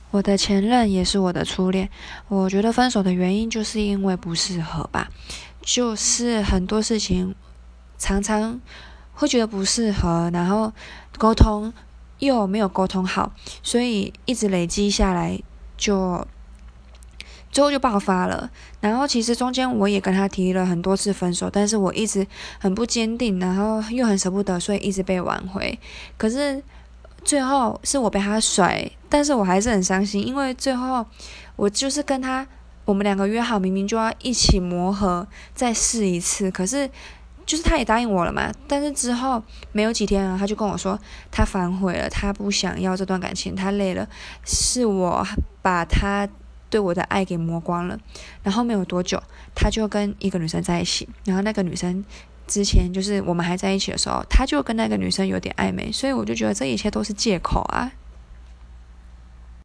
我的前任也是我的初恋，我觉得分手的原因就是因为不适合吧，就是很多事情常常会觉得不适合，然后沟通又没有沟通好，所以一直累积下来就最后就爆发了。然后其实中间我也跟他提了很多次分手，但是我一直很不坚定，然后又很舍不得，所以一直被挽回。可是最后是我被他甩，但是我还是很伤心，因为最后我就是跟他，我们两个约好明明就要一起磨合，再试一次，可是就是他也答应我了嘛，但是之后没有几天啊，他就跟我说他反悔了，他不想要这段感情，他累了，是我把他对我的爱给磨光了。然后没有多久，他就跟一个女生在一起，然后那个女生之前就是我们还在一起的时候，他就跟那个女生有点暧昧，所以我就觉得这一切都是借口啊。